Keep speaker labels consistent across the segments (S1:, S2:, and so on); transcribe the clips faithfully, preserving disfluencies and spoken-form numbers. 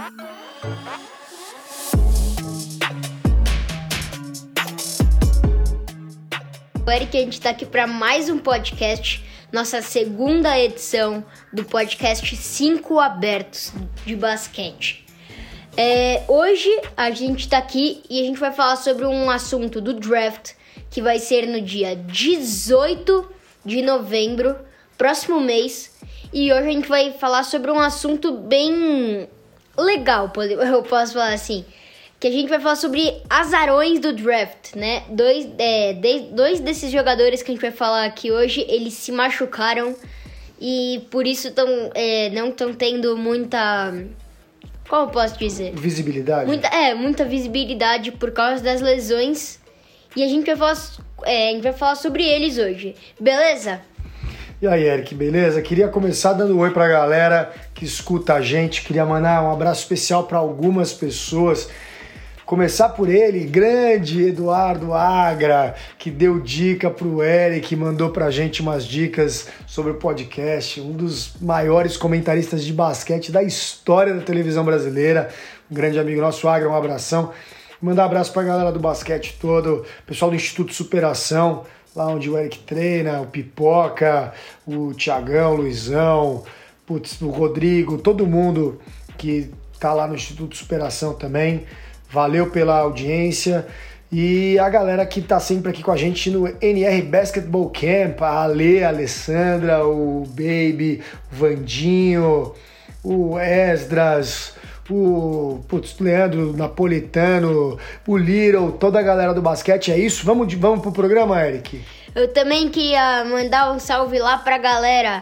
S1: O Eric, a gente tá aqui para mais um podcast, nossa segunda edição do podcast cinco Abertos de Basquete. É, hoje a gente tá aqui e a gente vai falar sobre um assunto do draft que vai ser no dia dezoito de novembro, próximo mês. E hoje a gente vai falar sobre um assunto bem legal, eu posso falar assim. Que a gente vai falar sobre azarões do draft, né? Dois, é, de, dois desses jogadores que a gente vai falar aqui hoje, eles se machucaram e por isso tão, é, não estão tendo muita... Como eu posso dizer?
S2: Visibilidade?
S1: Muita, é, muita visibilidade por causa das lesões. E a gente vai falar, é, a gente vai falar sobre eles hoje, beleza?
S2: E aí, Eric, beleza? Queria começar dando um oi pra galera que escuta a gente. Queria mandar um abraço especial para algumas pessoas. Começar por ele, grande Eduardo Agra, que deu dica pro Eric, mandou pra gente umas dicas sobre o podcast, um dos maiores comentaristas de basquete da história da televisão brasileira, um grande amigo nosso, Agra, um abração. Mandar um abraço pra galera do basquete todo, pessoal do Instituto Superação, lá onde o Eric treina, o Pipoca, o Tiagão, o Luizão, putz, o Rodrigo, todo mundo que tá lá no Instituto Superação também. Valeu pela audiência e a galera que tá sempre aqui com a gente no N R Basketball Camp, a Ale, a Alessandra, o Baby, o Vandinho, o Esdras, o putz, Leandro Napolitano, o Little, toda a galera do basquete. É isso? Vamos, vamos pro programa, Eric?
S1: Eu também queria mandar um salve lá pra galera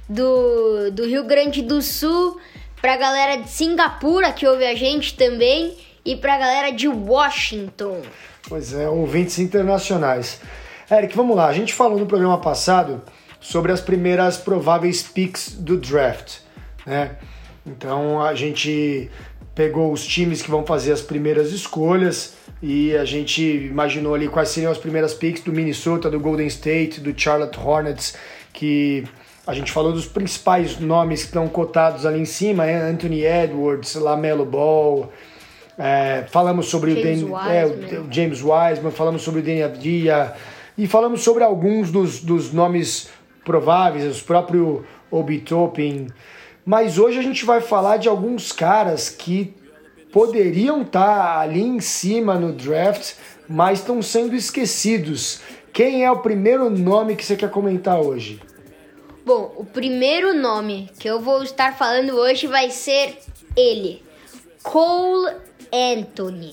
S1: do, do Rio Grande do Sul, pra galera de Singapura que ouve a gente também, e pra galera de Washington.
S2: Pois é, ouvintes internacionais. Eric, vamos lá. A gente falou no programa passado sobre as primeiras prováveis picks do draft, né? Então a gente pegou os times que vão fazer as primeiras escolhas e a gente imaginou ali quais seriam as primeiras picks do Minnesota, do Golden State, do Charlotte Hornets, que a gente falou dos principais nomes que estão cotados ali em cima, né? Anthony Edwards, LaMelo Ball. É, falamos sobre
S1: James
S2: o, Dan,
S1: Wiseman.
S2: é, o James Wiseman, falamos sobre o Deni Avdija e falamos sobre alguns dos, dos nomes prováveis, o próprio Obi Toppin. Mas hoje a gente vai falar de alguns caras que poderiam estar ali em cima no draft, mas estão sendo esquecidos. Quem é o primeiro nome que você quer comentar hoje?
S1: Bom, o primeiro nome que eu vou estar falando hoje vai ser ele, Cole Anthony.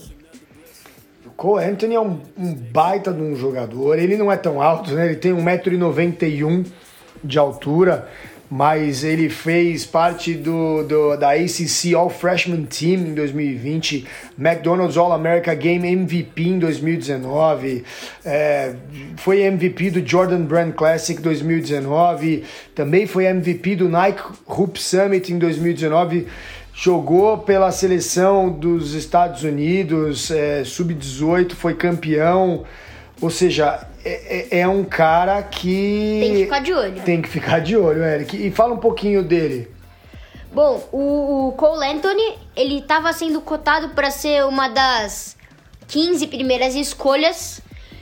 S2: O Cole Anthony é um, um baita de um jogador. Ele não é tão alto, né? Ele tem um metro e noventa e um de altura, mas ele fez parte do, do, da A C C All Freshman Team em dois mil e vinte, McDonald's All-America Game M V P em dois mil e dezenove, é, foi M V P do Jordan Brand Classic dois mil e dezenove, também foi M V P do Nike Hoop Summit em dois mil e dezenove, jogou pela seleção dos Estados Unidos, é, sub dezoito, foi campeão, ou seja, é, é um cara que...
S1: Tem que ficar de olho.
S2: Tem que ficar de olho, Eric. E fala um pouquinho dele.
S1: Bom, o, o Cole Anthony, ele estava sendo cotado para ser uma das quinze primeiras escolhas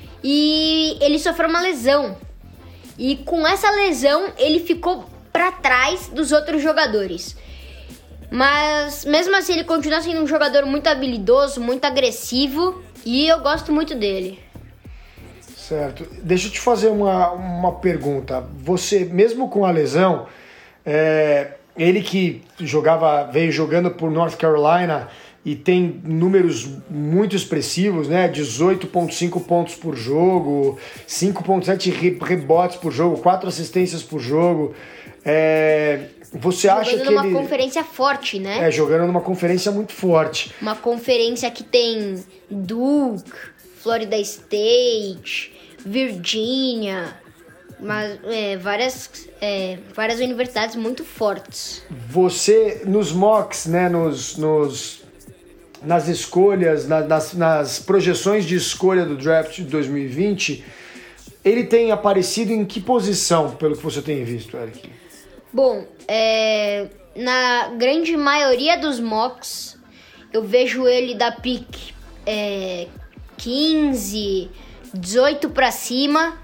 S1: e ele sofreu uma lesão. E com essa lesão, ele ficou para trás dos outros jogadores. Mas mesmo assim ele continua sendo um jogador muito habilidoso, muito agressivo e eu gosto muito dele.
S2: Certo. Deixa eu te fazer uma, uma pergunta. Você, mesmo com a lesão, é, ele que jogava, veio jogando por North Carolina e tem números muito expressivos, né? dezoito vírgula cinco pontos por jogo, cinco vírgula sete rebotes por jogo, quatro assistências por jogo. É, você
S1: jogando
S2: acha que
S1: numa
S2: ele...
S1: conferência forte, né?
S2: É, jogando numa conferência muito forte.
S1: Uma conferência que tem Duke, Florida State, Virginia, mas, é, várias, é, várias universidades muito fortes.
S2: Você, nos mocks, né, nos, nos, nas escolhas, na, nas, nas projeções de escolha do draft de dois mil e vinte, ele tem aparecido em que posição, pelo que você tem visto, Eric?
S1: Bom, é, na grande maioria dos mocks, eu vejo ele da pick é, quinze, dezoito pra cima.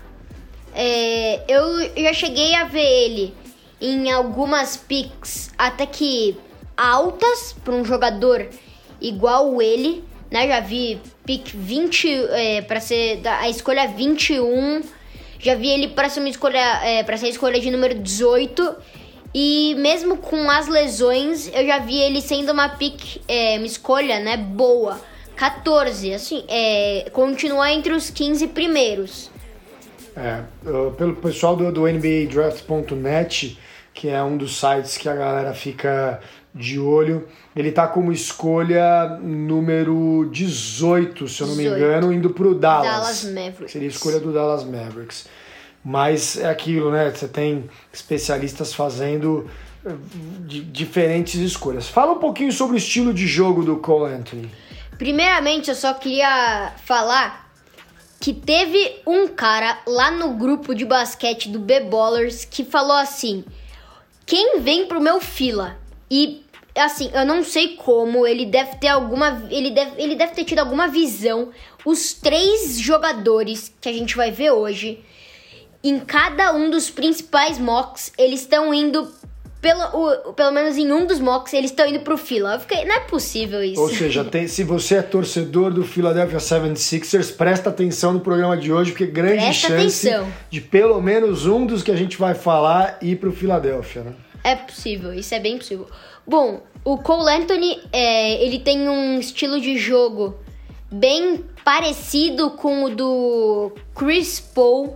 S1: É, eu já cheguei a ver ele em algumas picks até que altas para um jogador igual ele, né? Já vi pick vinte é, para ser a escolha vinte e um, já vi ele para ser uma escolha é, para ser a escolha de número dezoito, e mesmo com as lesões eu já vi ele sendo uma pick é, uma escolha, né, boa, quatorze, assim, é, continua entre os quinze primeiros.
S2: É, pelo pessoal do, do N B A Draft ponto net, que é um dos sites que a galera fica de olho, ele tá como escolha número dezoito, se eu não me engano, indo pro Dallas.
S1: Dallas Mavericks.
S2: Seria a escolha do Dallas Mavericks. Mas é aquilo, né? Você tem especialistas fazendo de, diferentes escolhas. Fala um pouquinho sobre o estilo de jogo do Cole Anthony.
S1: Primeiramente, eu só queria falar que teve um cara lá no grupo de basquete do B-Ballers que falou assim: quem vem pro meu fila? E assim, eu não sei como, ele deve ter alguma. Ele deve, ele deve ter tido alguma visão. Os três jogadores que a gente vai ver hoje, em cada um dos principais mocks, eles estão indo. Pelo, o, pelo menos em um dos mocks, eles estão indo pro fila. Eu fiquei, não é possível isso.
S2: Ou seja, tem, se você é torcedor do Philadelphia setenta e seis ers, presta atenção no programa de hoje, porque grande
S1: presta
S2: chance
S1: atenção.
S2: de pelo menos um dos que a gente vai falar ir pro Philadelphia, né?
S1: É possível, isso é bem possível. Bom, o Cole Anthony, é, ele tem um estilo de jogo bem parecido com o do Chris Paul.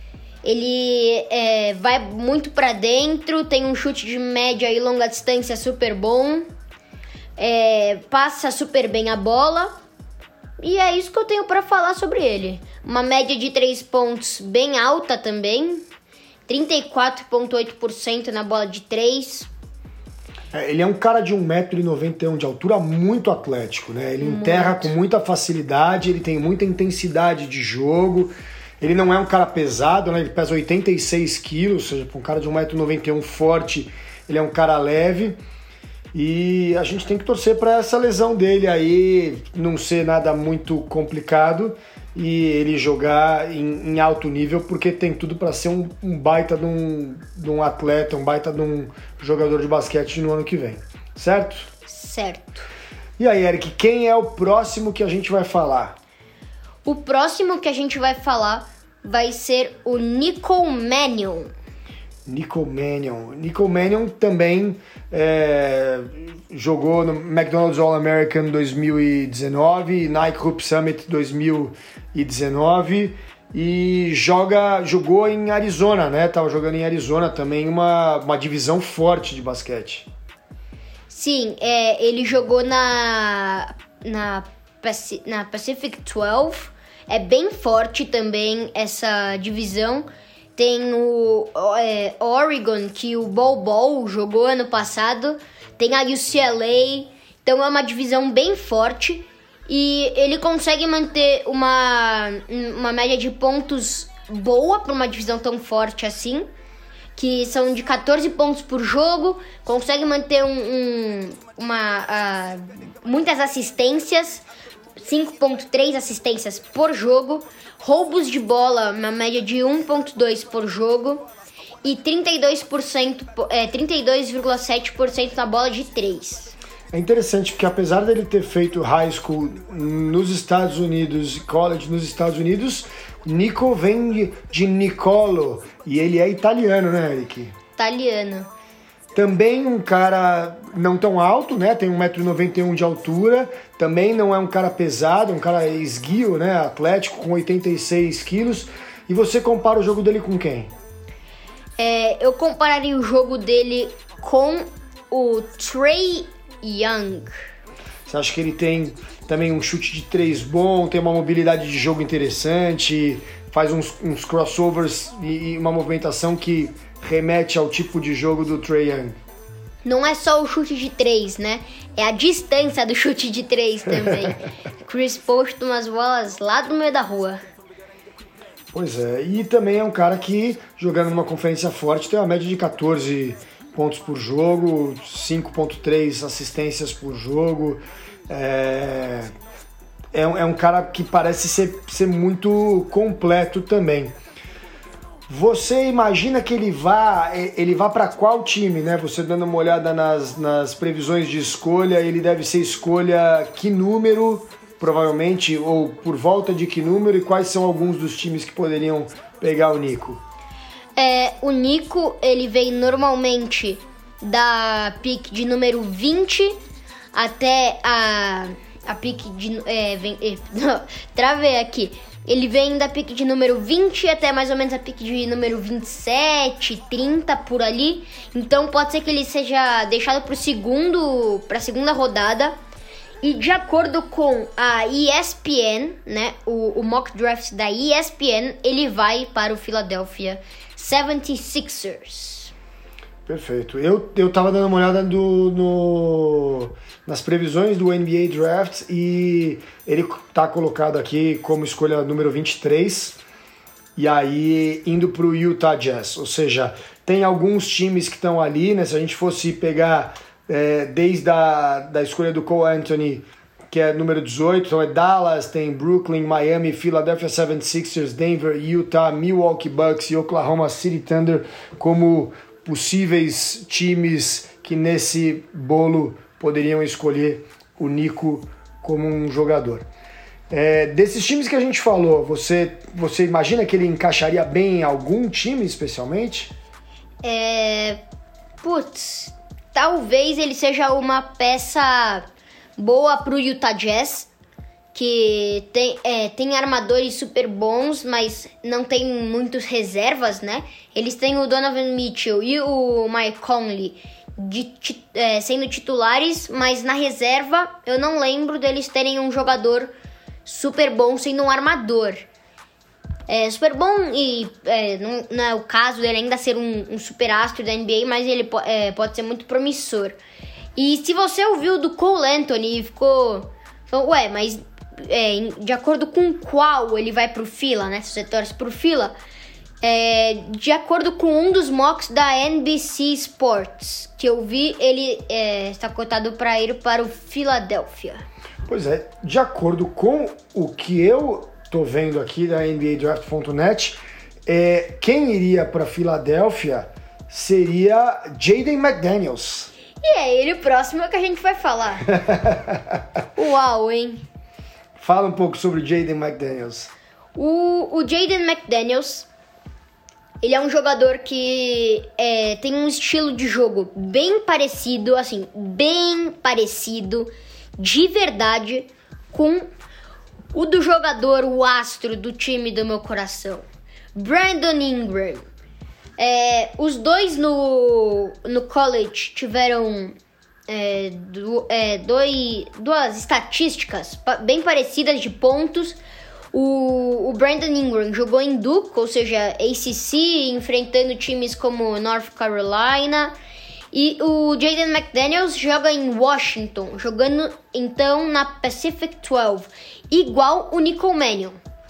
S1: Ele é, vai muito pra dentro, tem um chute de média e longa distância super bom, é, passa super bem a bola, e é isso que eu tenho pra falar sobre ele. Uma média de três pontos bem alta também, trinta e quatro vírgula oito por cento na bola de três.
S2: É, ele é um cara de um metro e noventa e um de altura, muito atlético, né? Ele muito. enterra com muita facilidade, ele tem muita intensidade de jogo. Ele não é um cara pesado, né? Ele pesa oitenta e seis quilos, ou seja, para um cara de um metro e noventa e um forte, ele é um cara leve. E a gente tem que torcer para essa lesão dele aí não ser nada muito complicado e ele jogar em, em alto nível, porque tem tudo para ser um, um baita de um, de um atleta, um baita de um jogador de basquete no ano que vem, certo?
S1: Certo.
S2: E aí, Eric, quem é o próximo que a gente vai falar?
S1: O próximo que a gente vai falar vai ser o Nicole Mannion.
S2: Nicole Mannion. Nicole Mannion também é, jogou no McDonald's All-American dois mil e dezenove, Nike Hoop Summit dois mil e dezenove e joga, jogou em Arizona, né? Tava jogando em Arizona também, uma, uma divisão forte de basquete.
S1: Sim, é, ele jogou na, na, na Pacific doze. É bem forte também essa divisão. Tem o é, Oregon, que o Bol Bol jogou ano passado. Tem a U C L A. Então é uma divisão bem forte. E ele consegue manter uma, uma média de pontos boa para uma divisão tão forte assim. Que são de quatorze pontos por jogo. Consegue manter um, um, uma, uh, muitas assistências. cinco vírgula três assistências por jogo, roubos de bola, uma média de um vírgula dois por jogo e trinta e dois por cento, é, trinta e dois vírgula sete por cento na bola de três.
S2: É interessante porque apesar dele ter feito high school nos Estados Unidos e college nos Estados Unidos, Nico vem de, de Nicolo e ele é italiano, né, Eric?
S1: Italiano.
S2: Também um cara não tão alto, né? Tem um metro e noventa e um de altura. Também não é um cara pesado, um cara esguio, né? Atlético, com oitenta e seis quilos. E você compara o jogo dele com quem?
S1: É, eu compararia o jogo dele com o Trae Young.
S2: Você acha que ele tem também um chute de três bom, tem uma mobilidade de jogo interessante, faz uns, uns crossovers e, e uma movimentação que remete ao tipo de jogo do Trae Young?
S1: Não é só o chute de três, né? É a distância do chute de três também. Chris Paul chuta umas bolas lá do meio da rua.
S2: Pois é, e também é um cara que, jogando numa conferência forte, tem uma média de quatorze pontos por jogo, cinco vírgula três assistências por jogo. É, é, um, é um cara que parece ser, ser muito completo também. Você imagina que ele vá, ele vá para qual time, né? Você dando uma olhada nas, nas previsões de escolha, ele deve ser escolha que número, provavelmente, ou por volta de que número, e quais são alguns dos times que poderiam pegar o Nico?
S1: É, o Nico, ele vem normalmente da pick de número vinte até a, a pick de... É, vem, é, não, travei aqui. Ele vem da pick de número vinte até mais ou menos a pick de número vinte e sete, trinta, por ali. Então pode ser que ele seja deixado para o segundo, para a segunda rodada. E de acordo com a E S P N, né, o, o mock draft da E S P N, ele vai para o Philadelphia setenta e seis ers.
S2: Perfeito. Eu, eu tava dando uma olhada do, no, nas previsões do N B A Draft e ele tá colocado aqui como escolha número vinte e três e aí indo pro Utah Jazz. Ou seja, tem alguns times que estão ali, né? Se a gente fosse pegar é, desde a da escolha do Cole Anthony, que é número dezoito, então é Dallas, tem Brooklyn, Miami, Philadelphia setenta e seis ers, Denver, Utah, Milwaukee Bucks e Oklahoma City Thunder como possíveis times que nesse bolo poderiam escolher o Nico como um jogador. É, desses times que a gente falou, você, você imagina que ele encaixaria bem em algum time especialmente?
S1: É... Putz, talvez ele seja uma peça boa pro Utah Jazz, que tem, é, tem armadores super bons, mas não tem muitas reservas, né? Eles têm o Donovan Mitchell e o Mike Conley de, é, sendo titulares, mas na reserva eu não lembro deles terem um jogador super bom sendo um armador. É super bom e é, não, não é o caso dele ainda ser um, um super astro da N B A, mas ele é, pode ser muito promissor. E se você ouviu do Cole Anthony e ficou... Falou, ué, mas... É, de acordo com qual ele vai pro Fila, né? Se você torce pro Fila, é, de acordo com um dos mocks da N B C Sports que eu vi, ele é, está cotado para ir para o Philadelphia.
S2: Pois é, de acordo com o que eu tô vendo aqui da N B A Draft ponto net, é, quem iria para Filadélfia seria Jaden McDaniels.
S1: E é ele o próximo que a gente vai falar. Uau, hein?
S2: Fala um pouco sobre o Jaden McDaniels.
S1: O, o Jaden McDaniels, ele é um jogador que é, tem um estilo de jogo bem parecido, assim, bem parecido, de verdade, com o do jogador, o astro do time do meu coração, Brandon Ingram. É, os dois no, no college tiveram... É, do, é, dois, duas estatísticas bem parecidas de pontos. O, o Brandon Ingram jogou em Duke, ou seja, A C C, enfrentando times como North Carolina. E o Jaden McDaniels joga em Washington, jogando então na Pacific doze, igual o Nico Mannion.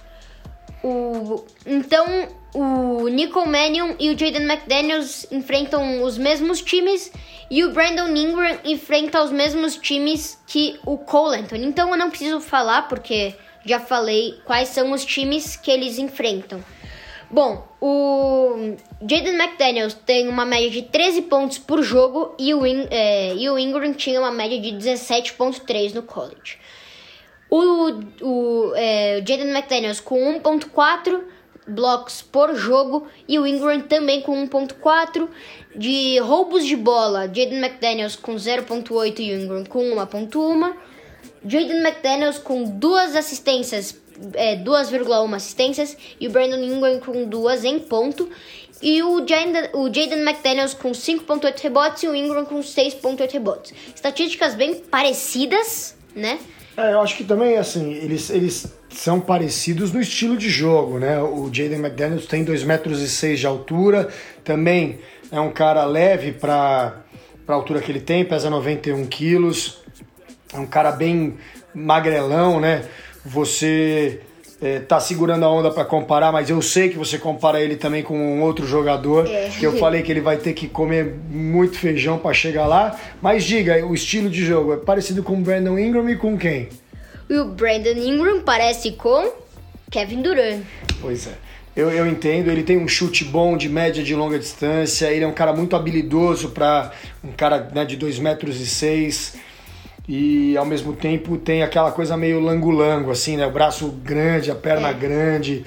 S1: O, então o Nico Mannion e o Jaden McDaniels enfrentam os mesmos times e o Brandon Ingram enfrenta os mesmos times que o Cole Anthony. Então eu não preciso falar porque já falei quais são os times que eles enfrentam. Bom, o Jaden McDaniels tem uma média de treze pontos por jogo e o, In, é, e o Ingram tinha uma média de dezessete vírgula três no college. O, o é, Jaden McDaniels com um vírgula quatro blocos por jogo e o Ingram também com um vírgula quatro. De roubos de bola, Jaden McDaniels com zero vírgula oito e o Ingram com um vírgula um. Jaden McDaniels com duas assistências, é, dois vírgula um assistências e o Brandon Ingram com duas em ponto. E o Jaden, o Jaden McDaniels com cinco vírgula oito rebotes e o Ingram com seis vírgula oito rebotes. Estatísticas bem parecidas, né?
S2: É, eu acho que também, assim, eles, eles são parecidos no estilo de jogo, né? O Jaden McDaniels tem dois metros e seis de altura, também é um cara leve para a altura que ele tem, pesa noventa e um quilos, é um cara bem magrelão, né? Você é, tá segurando a onda para comparar, mas eu sei que você compara ele também com um outro jogador, é. que eu falei que ele vai ter que comer muito feijão para chegar lá. Mas diga, o estilo de jogo é parecido com o Brandon Ingram e com quem?
S1: E o Brandon Ingram parece com Kevin Durant.
S2: Pois é. Eu, eu entendo, ele tem um chute bom de média e de longa distância, ele é um cara muito habilidoso para um cara, né, de dois metros e seis e ao mesmo tempo tem aquela coisa meio lango-lango, assim, né? O braço grande, a perna é. grande,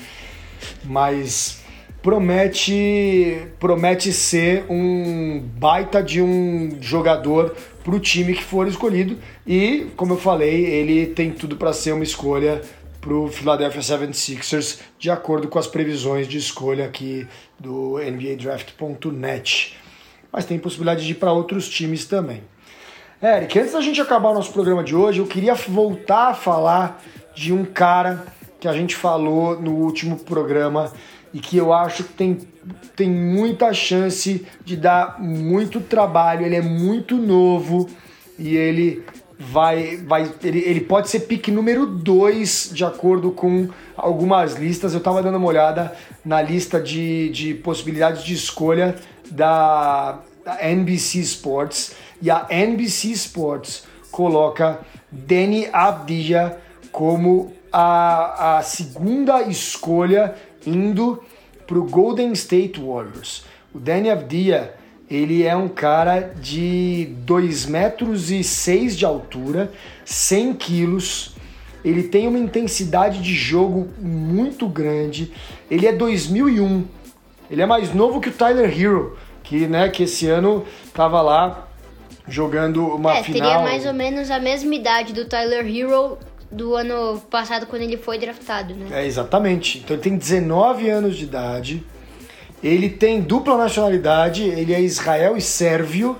S2: mas promete, promete ser um baita de um jogador pro time que for escolhido e, como eu falei, ele tem tudo para ser uma escolha para o Philadelphia setenta e seis ers, de acordo com as previsões de escolha aqui do N B A Draft ponto net. Mas tem possibilidade de ir para outros times também. Eric, antes da gente acabar o nosso programa de hoje, eu queria voltar a falar de um cara que a gente falou no último programa e que eu acho que tem, tem muita chance de dar muito trabalho. Ele é muito novo e ele... Vai, vai, ele, ele pode ser pick número dois, de acordo com algumas listas. Eu estava dando uma olhada na lista de, de possibilidades de escolha da, da N B C Sports. E a N B C Sports coloca Deni Avdija como a, a segunda escolha, indo para o Golden State Warriors. O Deni Avdija, ele é um cara de dois metros e seis de altura, cem quilos, ele tem uma intensidade de jogo muito grande, ele é dois mil e um, ele é mais novo que o Tyler Hero, que, né, que esse ano estava lá jogando uma
S1: é,
S2: final.
S1: Teria mais ou menos a mesma idade do Tyler Hero do ano passado, quando ele foi draftado, né?
S2: É, exatamente. Então ele tem dezenove anos de idade. Ele tem dupla nacionalidade, ele é Israel e sérvio,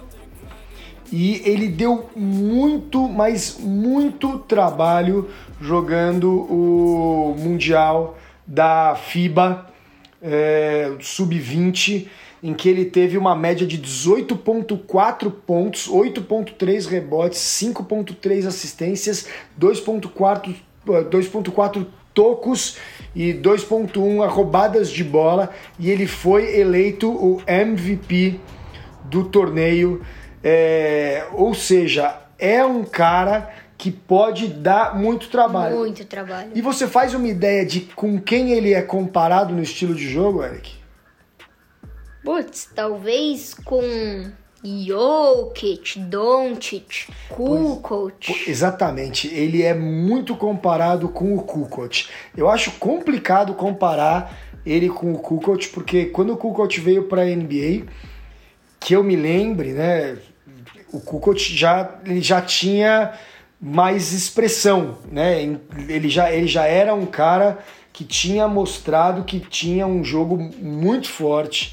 S2: e ele deu muito, mas muito trabalho jogando o Mundial da FIBA é, sub vinte, em que ele teve uma média de dezoito vírgula quatro pontos, oito vírgula três rebotes, cinco vírgula três assistências, dois vírgula quatro tocos e dois vírgula um roubadas de bola, e ele foi eleito o M V P do torneio, é, ou seja, é um cara que pode dar muito trabalho.
S1: Muito trabalho.
S2: E você faz uma ideia de com quem ele é comparado no estilo de jogo, Eric?
S1: Putz, talvez com Jokic, Doncic, Kukoc.
S2: Exatamente, ele é muito comparado com o Kukoc. Eu acho complicado comparar ele com o Kukoc, porque quando o Kukoc veio para a N B A, que eu me lembre, né, o Kukoc já, ele já tinha mais expressão, né? Ele já, ele já era um cara que tinha mostrado que tinha um jogo muito forte.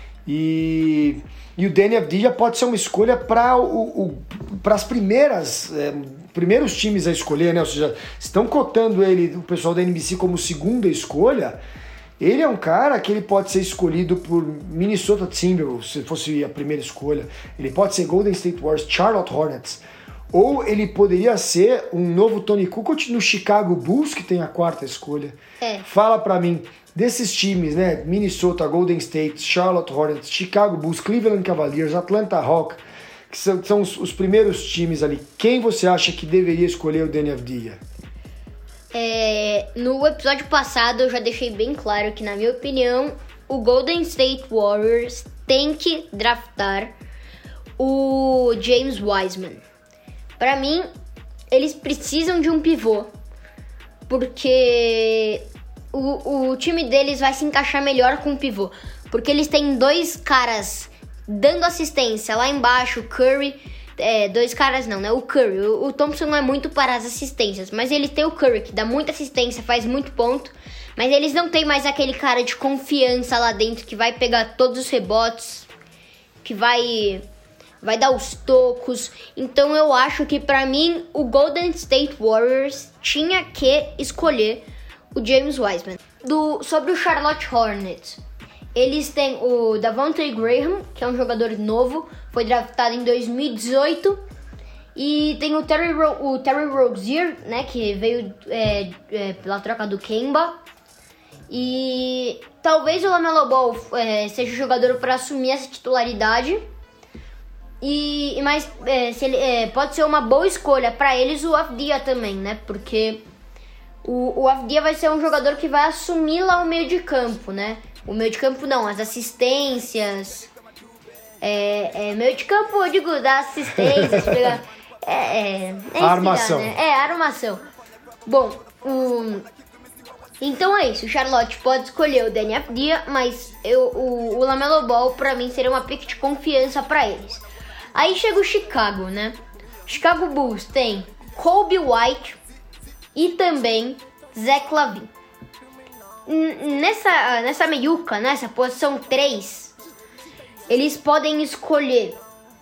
S2: E, e o Deni Avdija pode ser uma escolha para as primeiras é, primeiros times a escolher, né? Ou seja, estão cotando ele, o pessoal da N B C, como segunda escolha. Ele é um cara que ele pode ser escolhido por Minnesota Timberwolves, se fosse a primeira escolha. Ele pode ser Golden State Warriors, Charlotte Hornets. Ou ele poderia ser um novo Tony Kukoc no Chicago Bulls, que tem a quarta escolha.
S1: É.
S2: Fala pra mim, desses times, né? Minnesota, Golden State, Charlotte Hornets, Chicago Bulls, Cleveland Cavaliers, Atlanta Hawks, que são, são os, os primeiros times ali. Quem você acha que deveria escolher o Deni Avdija?
S1: É, no episódio passado eu já deixei bem claro que, na minha opinião, o Golden State Warriors tem que draftar o James Wiseman. Pra mim, eles precisam de um pivô, porque o, o time deles vai se encaixar melhor com o pivô, porque eles têm dois caras dando assistência lá embaixo, o Curry, é, dois caras não, né? O Curry, o, o Thompson não é muito para as assistências, mas ele tem o Curry, que dá muita assistência, faz muito ponto, mas eles não têm mais aquele cara de confiança lá dentro que vai pegar todos os rebotes, que vai... vai dar os tocos. Então eu acho que, pra mim, o Golden State Warriors tinha que escolher o James Wiseman. Do, sobre o Charlotte Hornets, eles têm o Davonte Graham, que é um jogador novo, foi draftado em dois mil e dezoito, E tem o Terry, Ro- o Terry Rozier, né, que veio é, é, pela troca do Kemba. E talvez o LaMelo Ball é, seja o jogador para assumir essa titularidade. E, mas é, se ele, é, pode ser uma boa escolha para eles o Avdija também, né? Porque o, o Avdija vai ser um jogador que vai assumir lá o meio de campo, né? O meio de campo não, as assistências. É, é meio de campo, eu digo, dar assistências, pegar... É, é, é
S2: a armação.
S1: Né? É, a armação. Bom, o... então é isso. O Charlotte pode escolher o Deni Avdija, mas eu, o, o LaMelo Ball, pra mim, seria uma pick de confiança pra eles. Aí chega o Chicago, né? Chicago Bulls tem Kobe White e também Zach LaVine. Nessa, nessa meiuca, nessa posição três, eles podem escolher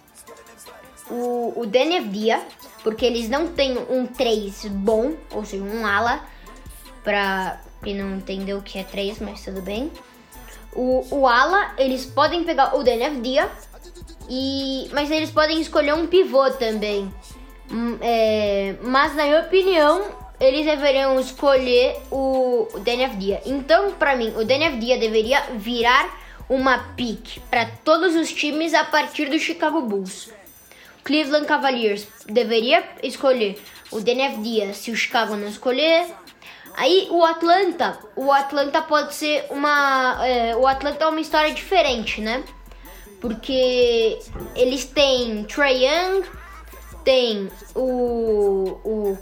S1: o, o Deni Avdija, porque eles não têm um três bom, ou seja, um ala, pra quem não entendeu o que é três, mas tudo bem. O, o ala, eles podem pegar o Deni Avdija, e, mas eles podem escolher um pivô também. É, mas na minha opinião, eles deveriam escolher o, o Deni Avdija. Então, pra mim, o Deni Avdija deveria virar uma pick para todos os times a partir do Chicago Bulls. O Cleveland Cavaliers deveria escolher o Deni Avdija se o Chicago não escolher. Aí o Atlanta, o Atlanta pode ser uma, é, o Atlanta é uma história diferente, né? Porque eles têm Trae Young, tem o o,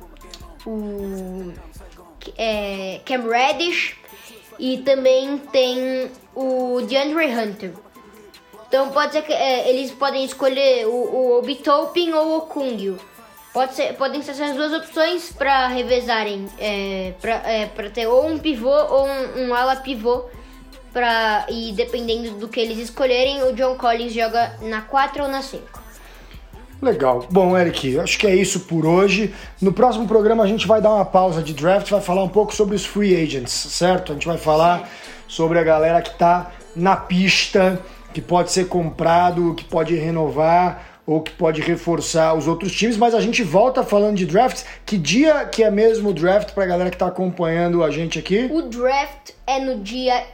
S1: o é, Cam Reddish e também tem o DeAndre Hunter. Então pode ser que é, eles podem escolher o, o Obi Toppin ou o Kungyu. Pode ser, podem ser essas duas opções para revezarem, é, para é, ter ou um pivô ou um, um ala pivô. Pra, e dependendo do que eles escolherem, o John Collins joga na quatro ou na cinco.
S2: Legal. Bom, Eric, acho que é isso por hoje. No próximo programa a gente vai dar uma pausa de draft, vai falar um pouco sobre os free agents, certo? A gente vai falar certo. sobre a galera que tá na pista, que pode ser comprado, que pode renovar ou que pode reforçar os outros times, mas a gente volta falando de drafts. Que dia que é mesmo o draft pra galera que tá acompanhando a gente aqui?
S1: O draft é no dia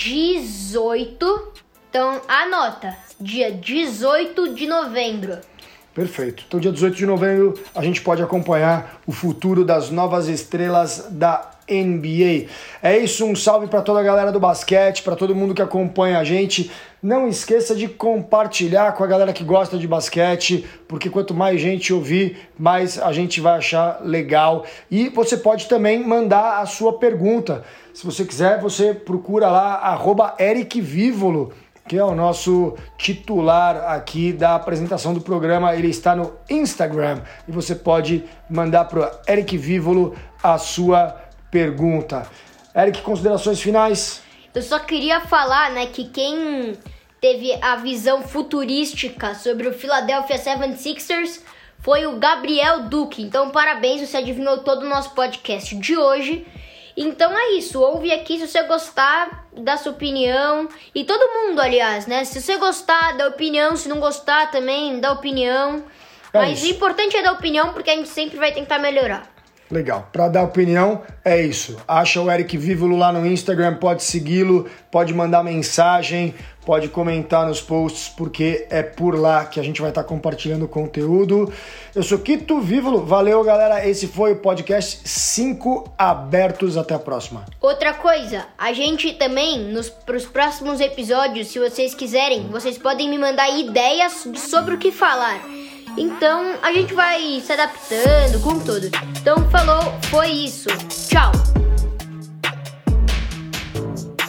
S1: dezoito, então anota, dia dezoito de novembro.
S2: Perfeito. Então dia dezoito de novembro a gente pode acompanhar o futuro das novas estrelas da N B A. É isso, um salve para toda a galera do basquete, para todo mundo que acompanha a gente. Não esqueça de compartilhar com a galera que gosta de basquete, porque quanto mais gente ouvir, mais a gente vai achar legal. E você pode também mandar a sua pergunta. Se você quiser, você procura lá, arroba Eric Vivolo, que é o nosso titular aqui da apresentação do programa. Ele está no Instagram e você pode mandar para o Eric Vivolo a sua pergunta. Eric, considerações finais?
S1: Eu só queria falar, né, que quem teve a visão futurística sobre o Philadelphia setenta e seis ers foi o Gabriel Duque. Então, parabéns, você adivinhou todo o nosso podcast de hoje. Então é isso, ouve aqui se você gostar, dá sua opinião. E todo mundo, aliás, né? Se você gostar, dá opinião. Se não gostar também, dá opinião. É Mas isso. O importante é dar opinião, porque a gente sempre vai tentar melhorar.
S2: Legal. Para dar opinião, é isso. Acha o Eric Vivolo lá no Instagram, pode segui-lo, pode mandar mensagem, pode comentar nos posts, porque é por lá que a gente vai estar compartilhando conteúdo. Eu sou Quito Vivolo, valeu galera, esse foi o podcast cinco Abertos, até a próxima.
S1: Outra coisa, a gente também, nos pros próximos episódios, se vocês quiserem, vocês podem me mandar ideias sobre o que falar. Então a gente vai se adaptando com tudo. Então falou, foi isso. Tchau!